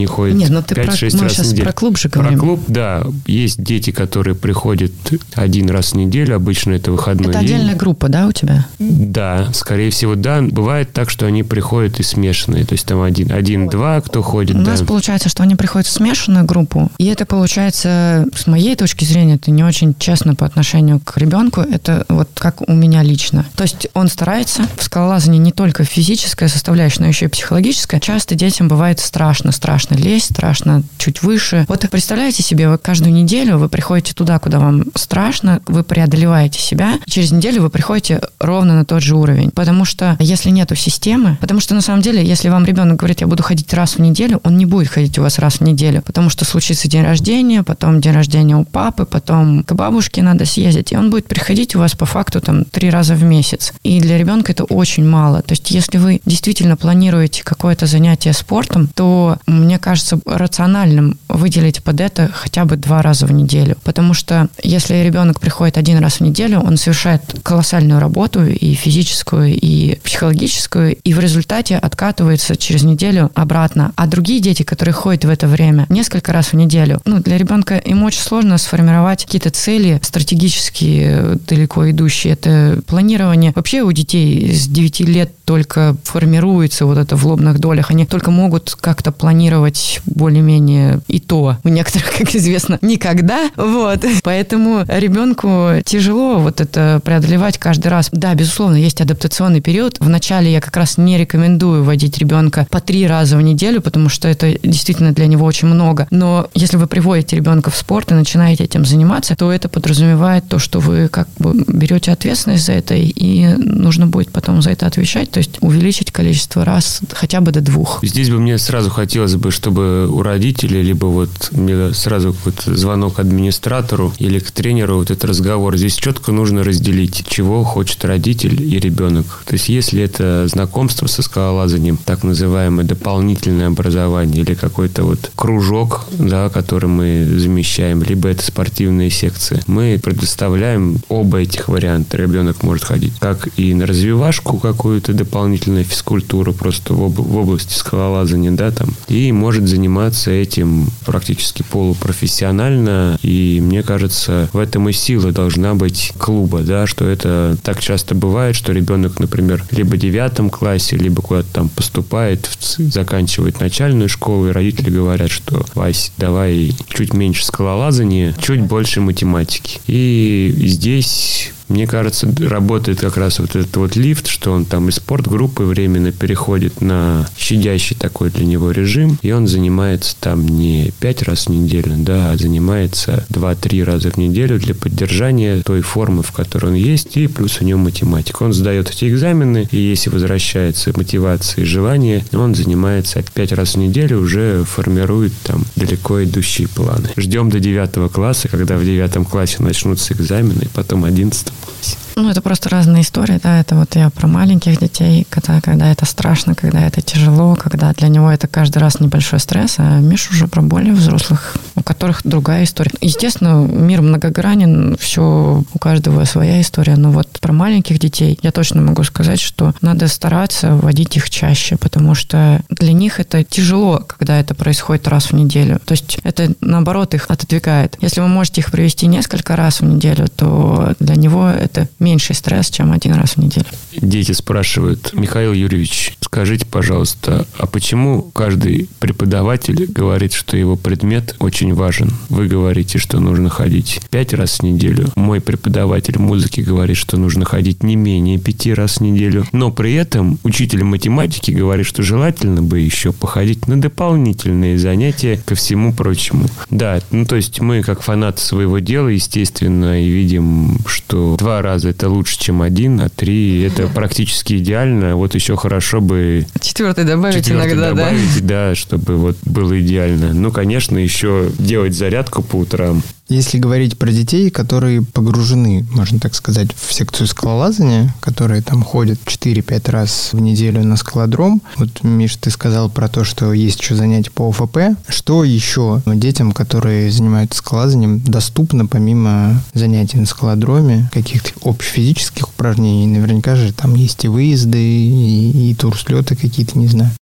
но ты 5-6 мы раз сейчас в неделю. про клуб же говорим. Про клуб, да. Есть дети, которые приходят один раз в неделю, обычно это выходной Это день. отдельная группа, да, у тебя? Да, скорее всего, да. Бывает так, что они приходят и смешанные. То есть там один-два, кто ходит. У нас получается, что они приходят в смешанную группу, и это получается, с моей точки зрения, это не очень честно по отношению к ребенку. Это вот как у меня лично. То есть он старается. В скалолазании не только физическая составляющая, но еще и психологическая. Часто детям бывает страшно лезть, страшно чуть выше. Вот представляете себе, вы каждую неделю вы приходите туда, куда вам страшно, вы преодолеваете себя, и через неделю вы приходите ровно на тот же уровень. Потому что если нету системы, потому что на самом деле, если вам ребенок говорит, я буду ходить раз в неделю, он не будет ходить у вас раз в неделю, потому что случится день рождения, потом день рождения у папы, потом к бабушке надо съездить, и он будет приходить у вас по факту там 3 раза в месяц. И для ребенка это очень мало. То есть если вы действительно планируете какое-то занятие спортом, то, мне кажется, рациональным выделить под это хотя бы 2 раза в неделю. Потому что если ребенок приходит 1 раз в неделю, он совершает колоссальную работу и физическую, и психологическую, и в результате откатывается через неделю обратно. А другие дети, которые ходят в это время несколько раз в неделю, для ребенка им очень сложно сформировать какие-то цели стратегические, далеко идущие. Это планирование. Вообще у детей с 9 лет только формируется вот это в лобных долях. Они только могут как-то планировать более-менее и то. У некоторых, как известно, никогда. Вот. Поэтому ребенку тяжело вот это преодолевать каждый раз. Да, безусловно, есть адаптационный период. Вначале я как раз не рекомендую водить ребенка по 3 раза в неделю, потому что это действительно для него очень много. Но если вы приводите ребенка в спорт и начинаете этим заниматься, то это подразумевает то, что вы как бы берете ответственность за это, и нужно будет потом за это отвечать, то есть увеличить количество раз хотя бы до 2. Здесь бы мне сразу хотелось бы, чтобы у родителей, либо вот мне сразу какой-то звонок администратору или к тренеру, вот этот разговор. Здесь четко нужно разделить, чего хочет родитель и ребенок. То есть если это знакомство со скалолазанием, так называемое дополнительное образование или какой-то вот кружок, да, который мы замещаем, либо это спортивные секции, мы предоставляем оба этих варианта. Ребенок может ходить как и на развивашку какую-то дополнительную физкультуру просто в области скалолазания, да, там, и может заниматься этим практически полупрофессионально. И мне кажется, в этом и сила должна быть клуба, да, что это так часто бывает, что ребенок, например, либо в 9 классе, либо куда-то там поступает, заканчивает начальную школу, и родители говорят, что Вась, давай чуть меньше скалолазания, чуть больше математики. И здесь, мне кажется, работает как раз вот этот вот лифт, что он там из спортгруппы временно переходит на щадящий такой для него режим, и он занимается там не 5 раз в неделю, да, а занимается 2-3 раза в неделю для поддержания той формы, в которой он есть, и плюс у него математика. Он сдает эти экзамены, и если возвращается мотивация и желание, он занимается 5 раз в неделю, уже формирует там далеко идущие планы. Ждем до 9 класса, когда в 9 классе начнутся экзамены, и потом 11 классе. Это просто разные истории, да, это вот я про маленьких детей, когда это страшно, когда это тяжело, когда для него это каждый раз небольшой стресс, а Миша уже про более взрослых, у которых другая история. Естественно, мир многогранен, все у каждого своя история, но вот про маленьких детей я точно могу сказать, что надо стараться водить их чаще, потому что для них это тяжело, когда это происходит раз в неделю. То есть это, наоборот, их отодвигает. Если вы можете их привести несколько раз в неделю, то для него это меньший стресс, чем 1 раз в неделю. Дети спрашивают: Михаил Юрьевич, скажите, пожалуйста, а почему каждый преподаватель говорит, что его предмет очень важен? Вы говорите, что нужно ходить 5 раз в неделю. Мой преподаватель музыки говорит, что нужно ходить не менее 5 раз в неделю. Но при этом учитель математики говорит, что желательно бы еще походить на дополнительные занятия ко всему прочему. Да, то есть мы, как фанаты своего дела, естественно, и видим, что 2 раза это лучше, чем 1, а 3 это практически идеально. Вот еще хорошо бы 4 добавить иногда, добавить, да, чтобы вот было идеально. Конечно, еще делать зарядку по утрам. Если говорить про детей, которые погружены, можно так сказать, в секцию скалолазания, которые там ходят 4-5 раз в неделю на скалодром. Вот, Миш, ты сказал про то, что есть еще занятия по ОФП. Что еще детям, которые занимаются скалолазанием, доступно помимо занятий на скалодроме, каких-то общефизических упражнений? Наверняка же там есть и выезды, и турслеты какие-то, не знаю.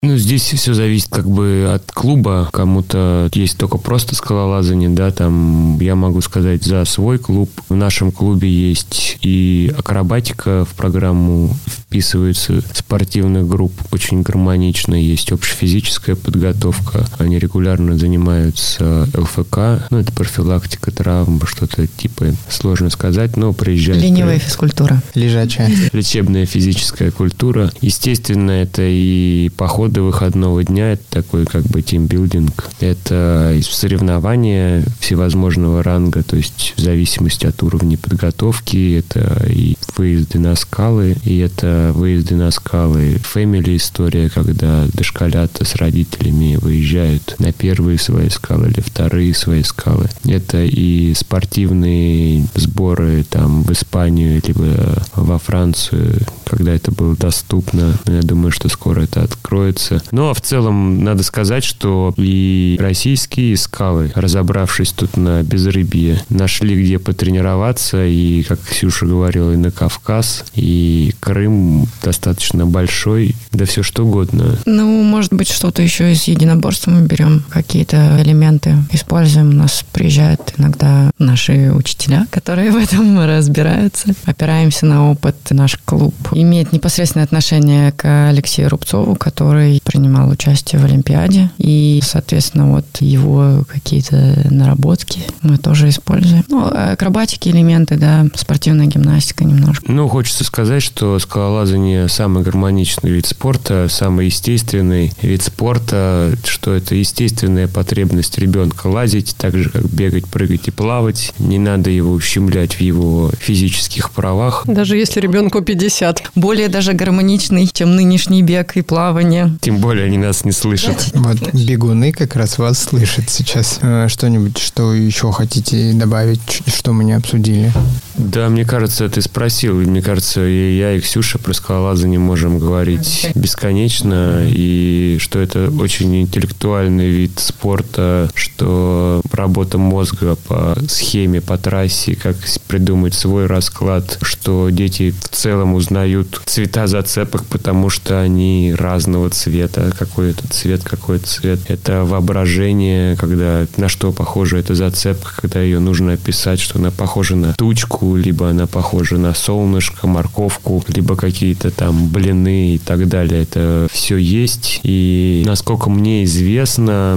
Здесь все зависит от клуба. Кому-то есть только просто скалолазание, да, там я могу сказать за свой клуб. В нашем клубе есть и акробатика, в программу вписывается спортивных групп очень гармонично, есть общефизическая подготовка, они регулярно занимаются ЛФК, это профилактика травм, что-то типа, сложно сказать, но приезжают... Ленивая физкультура. Лежачая. Лечебная физическая культура. Естественно, это и походы выходного дня, это такой тимбилдинг. Это соревнования всевозможного ранга, то есть в зависимости от уровня подготовки, это и выезды на скалы, и это выезды на скалы фэмили история, когда дошколята с родителями выезжают на первые свои скалы или вторые свои скалы. Это и спортивные сборы там в Испанию либо во Францию, когда это было доступно. Я думаю, что скоро это откроется. А в целом надо сказать, что и российские скалы, разобравшись тут на безрыбье, нашли где потренироваться, и, как Ксюша говорила, и на Кавказ, и Крым достаточно большой, да все что угодно. Может быть, что-то еще из единоборства мы берем, какие-то элементы используем. У нас приезжают иногда наши учителя, которые в этом разбираются. Опираемся на опыт. Наш клуб имеет непосредственное отношение к Алексею Рубцову, который принимал участие в Олимпиаде. И, соответственно, его какие-то наработки мы тоже используем. Акробатики элементы, да, спортивная гимнастика немножко. Хочется сказать, что скалолазание самый гармоничный вид спорта, самый естественный вид спорта, что это естественная потребность ребенка лазить, так же, как бегать, прыгать и плавать. Не надо его ущемлять в его физических правах. Даже если ребенку 50. Более даже гармоничный, чем нынешний бег и плавание. Тем более они нас не слышат. Бегуны как раз вас слышат сейчас. Что-нибудь, что еще хотите добавить, что мы не обсудили? Да, мне кажется, ты спросил. Мне кажется, и я, и Ксюша про скалолазание можем говорить бесконечно, и что это очень интеллектуальный вид спорта, что работа мозга по схеме, по трассе, как придумать свой расклад, что дети в целом узнают цвета зацепок, потому что они разного цвета. Какой-то цвет, какой-то цвет. Это воображение, когда на что похожа эта зацепка, когда ее нужно описать, что она похожа на тучку, либо она похожа на солнышко, морковку, либо какие-то там блины и так далее. Это все есть. И насколько мне известно,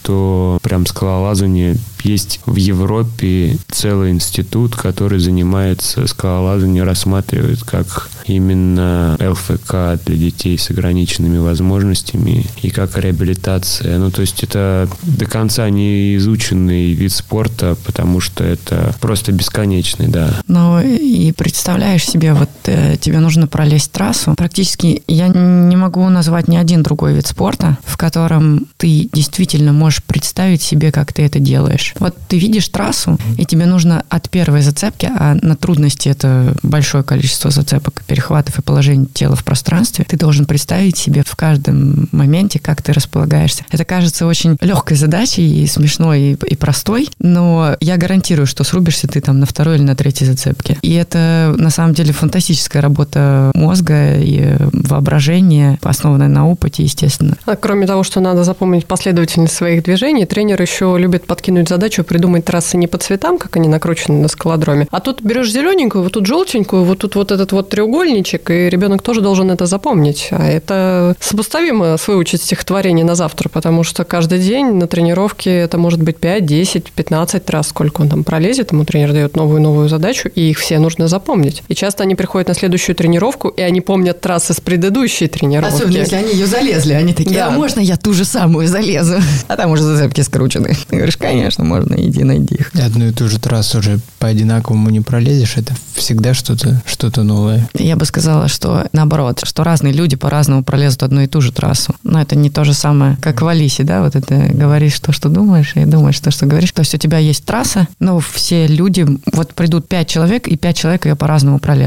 что прям скалолазание есть в Европе целый институт, который занимается скалолазанием, рассматривает как именно ЛФК для детей с ограниченными возможностями и как реабилитация. То есть это до конца не изученный вид спорта, потому что это просто бесконечный, да. И представляешь себе, тебе нужно пролезть трассу. Практически я не могу назвать ни один другой вид спорта, в котором ты действительно можешь представить себе, как ты это делаешь. Ты видишь трассу, и тебе нужно от первой зацепки, а на трудности это большое количество зацепок, перехватов и положений тела в пространстве, ты должен представить себе в каждом моменте, как ты располагаешься. Это кажется очень легкой задачей, и смешной, и простой, но я гарантирую, что срубишься ты там на второй или на третьей зацепке. И это на самом деле фантастическая работа мозга и воображения, основанная на опыте, естественно. Кроме того, что надо запомнить последовательность своих движений, тренер еще любит подкинуть задачу придумать трассы не по цветам, как они накручены на скалодроме, а тут берешь зелененькую, вот тут желтенькую, вот тут вот этот треугольничек, и ребенок тоже должен это запомнить. А это сопоставимо с выучить стихотворение на завтра, потому что каждый день на тренировке это может быть 5, 10, 15 трасс, сколько он там пролезет, ему тренер дает новую задачу, и их все нужно запомнить. И часто они приходят на следующую тренировку, и они помнят трассы с предыдущей тренировки. Особенно, если они ее залезли, они такие, да. А можно я ту же самую залезу? А там уже зацепки скручены. Ты говоришь, конечно, можно, иди найди их. Одну и ту же трассу уже по одинаковому не пролезешь, это всегда что-то новое. Я бы сказала, что наоборот, что разные люди по-разному пролезут одну и ту же трассу. Но это не то же самое, как в Алисе, да, вот это говоришь то, что думаешь, и думаешь то, что говоришь. То есть у тебя есть трасса, но все люди, придут 5 человек, и 5 человек ее по-разному пролезут.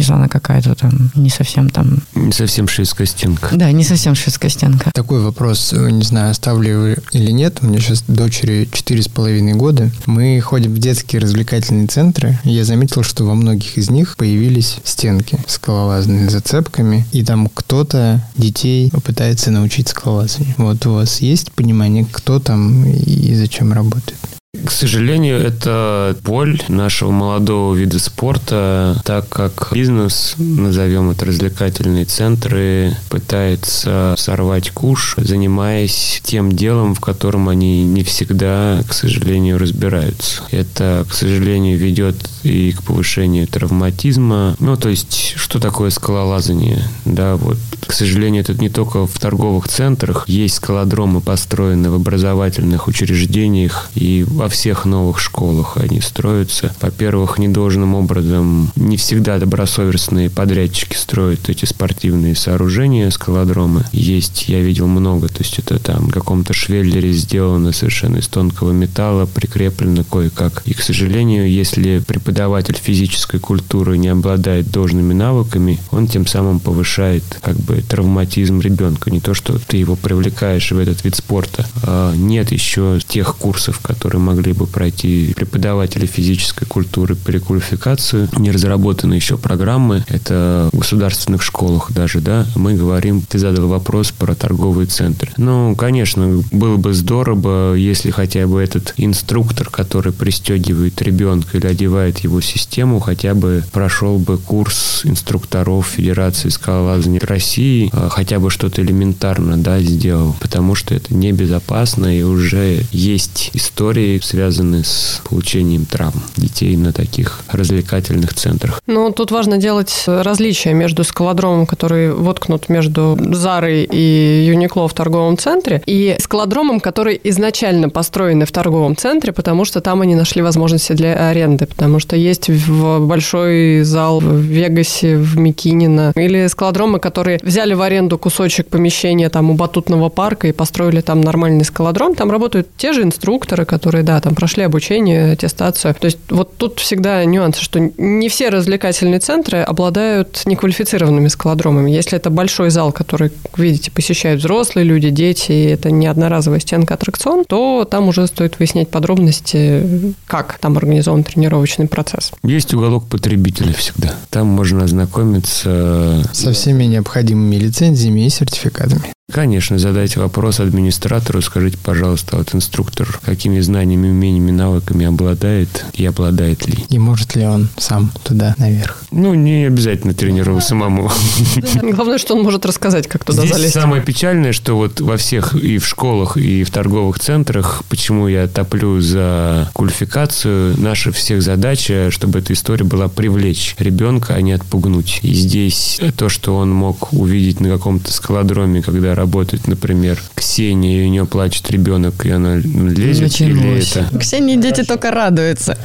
зона какая-то там, не совсем там... Не совсем шведская стенка. Да, не совсем шведская стенка. Такой вопрос, не знаю, оставлю вы или нет. У меня сейчас дочери 4,5 года. Мы ходим в детские развлекательные центры. И я заметил, что во многих из них появились стенки скалолазные с зацепками. И там кто-то детей пытается научить скалолазанию. Вот у вас есть понимание, кто там и зачем работает? К сожалению, это боль нашего молодого вида спорта, так как бизнес, назовем это развлекательные центры, пытается сорвать куш, занимаясь тем делом, в котором они не всегда, к сожалению, разбираются. Это, к сожалению, ведет и к повышению травматизма. Ну, то есть, что такое скалолазание? Да, вот, к сожалению, это не только в торговых центрах. Есть скалодромы, построенные в образовательных учреждениях и во всех новых школах они строятся. Во-первых, недолжным образом не всегда добросовестные подрядчики строят эти спортивные сооружения, скалодромы. Есть, я видел много, то есть это там в каком-то швеллере сделано совершенно из тонкого металла, прикреплено кое-как. И, к сожалению, если преподаватель физической культуры не обладает должными навыками, он тем самым повышает как бы травматизм ребенка. Не то, что ты его привлекаешь в этот вид спорта. Нет еще тех курсов, которые могли бы пройти преподаватели физической культуры переквалификацию. Не разработаны еще программы. Это в государственных школах даже, да. Мы говорим, ты задал вопрос про торговые центры. Ну, конечно, было бы здорово, если хотя бы этот инструктор, который пристегивает ребенка или одевает его систему, хотя бы прошел бы курс инструкторов Федерации скалолазания России, хотя бы что-то элементарно, да, сделал, потому что это небезопасно, и уже есть истории, связанные с получением травм детей на таких развлекательных центрах. Ну, тут важно делать различия между скалодромом, который воткнут между Зарой и Юникло в торговом центре, и скалодромом, который изначально построены в торговом центре, потому что там они нашли возможности для аренды, потому что есть большой зал в Вегасе, в Микинино, или скалодромы, которые взяли в аренду кусочек помещения там у батутного парка и построили там нормальный скалодром. Там работают те же инструкторы, которые, да, там прошли обучение, аттестацию. То есть вот тут всегда нюансы, что не все развлекательные центры обладают неквалифицированными скалодромами. Если это большой зал, который, видите, посещают взрослые люди, дети, и это не одноразовая стенка-аттракцион, то там уже стоит выяснять подробности, как там организован тренировочный процесс. Есть уголок потребителя всегда. Там можно ознакомиться со всеми необходимыми лицензиями и сертификатами. Конечно, задайте вопрос администратору, скажите, пожалуйста, вот инструктор какими знаниями, умениями, навыками обладает и обладает ли? И может ли он сам туда наверх? Ну, не обязательно тренировать самому. Главное, что он может рассказать, как туда залезть. Здесь самое печальное, что вот во всех и в школах, и в торговых центрах, почему я топлю за квалификацию, наша всех задача, чтобы эта история была привлечь ребенка, а не отпугнуть. И здесь то, что он мог увидеть на каком-то скалодроме, когда работает, например, Ксения, и у нее плачет ребенок, и она лезет, или это... Ксении дети только радуются.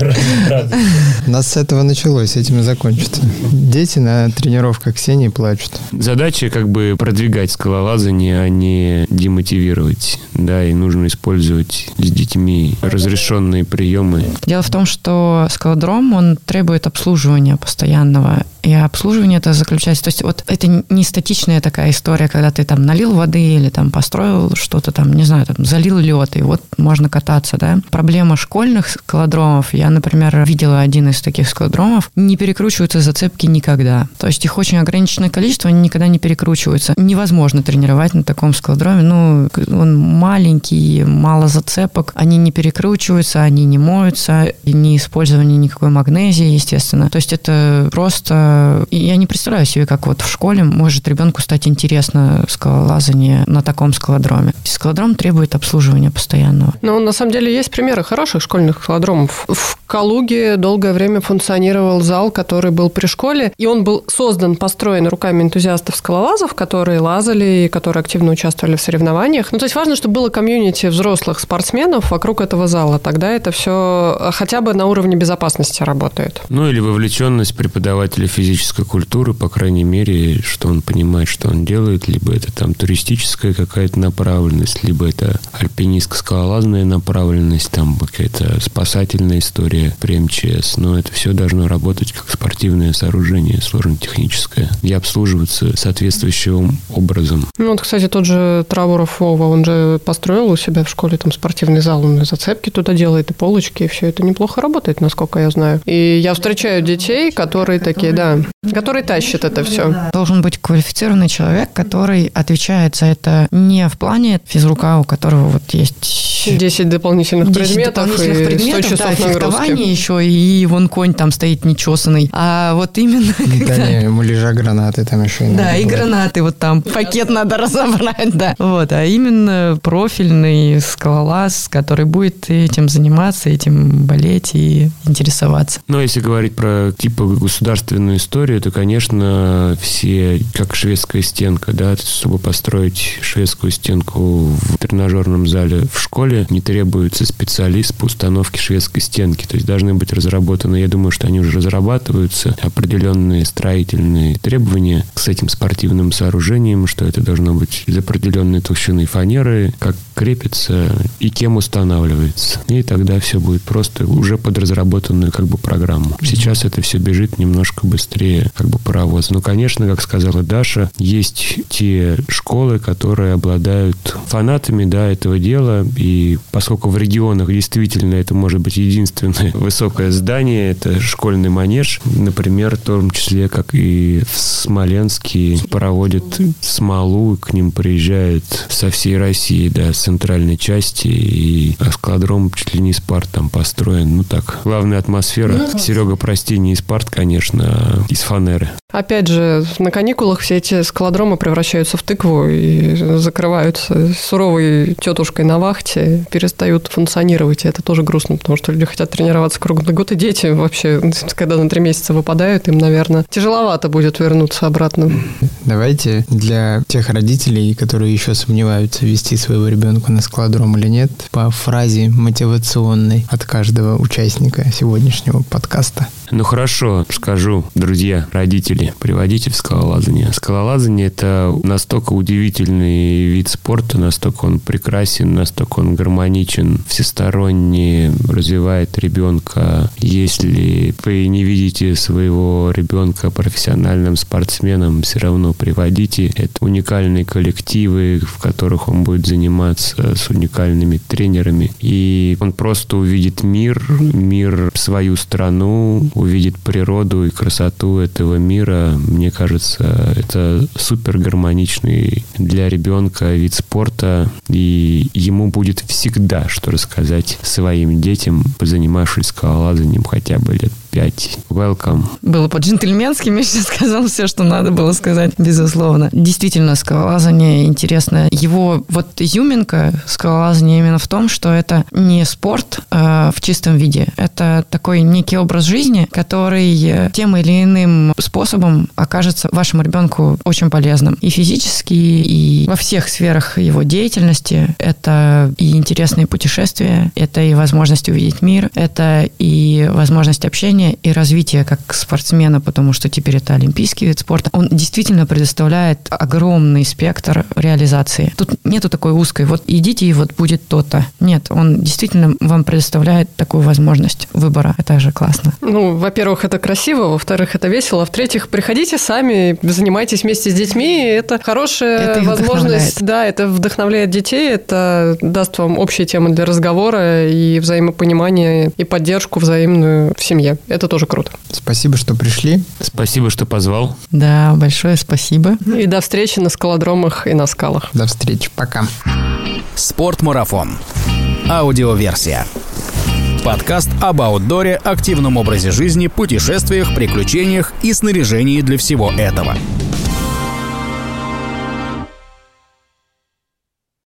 У нас с этого началось, этим и закончится. Дети на тренировках Ксении плачут. Задача как бы продвигать скалолазание, а не демотивировать. Да, и нужно использовать с детьми разрешенные приемы. Дело в том, что скалодром, он требует обслуживания постоянного. И обслуживание это заключается... То есть вот это не статичная такая история, когда ты там налил воды или там построил что-то там, не знаю, там залил лед, и вот можно кататься, да. Проблема школьных скалодромов, я, например, видела один из таких скалодромов, не перекручиваются зацепки никогда. То есть их очень ограниченное количество, они никогда не перекручиваются. Невозможно тренировать на таком скалодроме. Ну, он маленький, мало зацепок, они не перекручиваются, они не моются, не использование никакой магнезии, естественно. То есть это просто... Я не представляю себе, как вот в школе может ребенку стать интересно скалолазание на таком скалодроме. Скалодром требует обслуживания постоянного. Ну, на самом деле, есть примеры хороших школьных скалодромов. В Калуге долгое время функционировал зал, который был при школе, и он был создан, построен руками энтузиастов-скалолазов, которые лазали и которые активно участвовали в соревнованиях. Ну, то есть важно, чтобы было комьюнити взрослых спортсменов вокруг этого зала. Тогда это все хотя бы на уровне безопасности работает. Ну, или вовлеченность преподавателей физической культуры, по крайней мере, что он понимает, что он делает, либо это там туристическая какая-то направленность, либо это альпинистско-скалолазная направленность, там какая-то спасательная история при МЧС, но это все должно работать как спортивное сооружение, сложно-техническое, и обслуживаться соответствующим образом. Ну, вот, кстати, тот же Трауров Вова, он же построил у себя в школе там спортивный зал, он и зацепки туда делает, и полочки, и все это неплохо работает, насколько я знаю. И я встречаю детей, которые такие, да, которые тащат это все. Должен быть квалифицированный человек, который отвечает за это не в плане физрука, у которого вот есть 10 дополнительных предметов и 100 часов да, нагрузки. фехтование еще, и вон конь там стоит нечесанный. А вот именно... Метание муляжа гранаты там еще. Да, и гранаты вот там, пакет надо разобрать, да. Вот, а именно профильный скалолаз, который будет этим заниматься, этим болеть и интересоваться. Но если говорить про типа государственную историю, то, конечно, все, как шведская стенка, да, чтобы построить шведскую стенку в тренажерном зале в школе, не требуется специалист по установке шведской стенки. То есть должны быть разработаны, я думаю, что они уже разрабатываются, определенные строительные требования с этим спортивным сооружением, что это должно быть из определенной толщины фанеры, как крепится и кем устанавливается. И тогда все будет просто уже под разработанную как бы программу. Сейчас это все бежит немножко быстрее как бы паровоз. Но, конечно, как сказала Даша, есть те школы, которые обладают фанатами, да, этого дела. И поскольку в регионах действительно это может быть единственное высокое здание, это школьный манеж, например, в том числе, как и в Смоленске, проводят смолу, к ним приезжают со всей России, да, с центральной части, и скалодром чуть ли не из парт там построен. Ну так, главная атмосфера. Серега, прости, не из парт, конечно, а из фанеры. Опять же, на каникулах все эти скалодромы превращаются в тыкву и закрываются суровой тетушкой на вахте, перестают функционировать, и это тоже грустно, потому что люди хотят тренироваться круглый год, и дети вообще, когда на 3 месяца выпадают, им, наверное, тяжеловато будет вернуться обратно. Давайте для тех родителей, которые еще сомневаются, вести своего ребенка на скалодром или нет, по фразе мотивационной от каждого участника сегодняшнего подкаста. Ну хорошо, скажу, друзья, родители, приводите в скалолазание. Скалолазание – это настолько удивительный вид спорта, настолько он прекрасен, настолько он гармоничен, всесторонне развивает ребенка. Если вы не видите своего ребенка профессиональным спортсменом, все равно приводите. Это уникальные коллективы, в которых он будет заниматься с уникальными тренерами. И он просто увидит мир, свою страну, увидит природу и красоту этого мира. Мне кажется, это супер гармоничный для ребенка вид спорта, и ему будет всегда что рассказать своим детям, позанимавшись скалолазанием хотя бы лет 5. Welcome. Было по-джентльменски, Миша сказал все, что надо было сказать, безусловно. Действительно, скалолазание интересно. Его вот изюминка скалолазания именно в том, что это не спорт в чистом виде. Это такой некий образ жизни, который тем или иным способом окажется вашему ребенку очень полезным. И физически, и во всех сферах его деятельности. Это и интересные путешествия, это и возможность увидеть мир, это и возможность общения, и развития как спортсмена, потому что теперь это олимпийский вид спорта. Он действительно предоставляет огромный спектр реализации. Тут нету такой узкой, вот идите, и вот будет то-то. Нет, он действительно вам предоставляет такую возможность выбора. Это же классно. Ну, во-первых, это красиво, во-вторых, это весело, в-третьих, приходите сами, занимайтесь вместе с детьми, это хорошая это возможность. Да, это вдохновляет детей, это даст вам общие темы для разговора и взаимопонимание, и поддержку взаимную в семье. Это тоже круто. Спасибо, что пришли. Спасибо, что позвал. Да, большое спасибо. И до встречи на скалодромах и на скалах. До встречи. Пока. Спортмарафон. Аудиоверсия. Подкаст об аутдоре, активном образе жизни, путешествиях, приключениях и снаряжении для всего этого.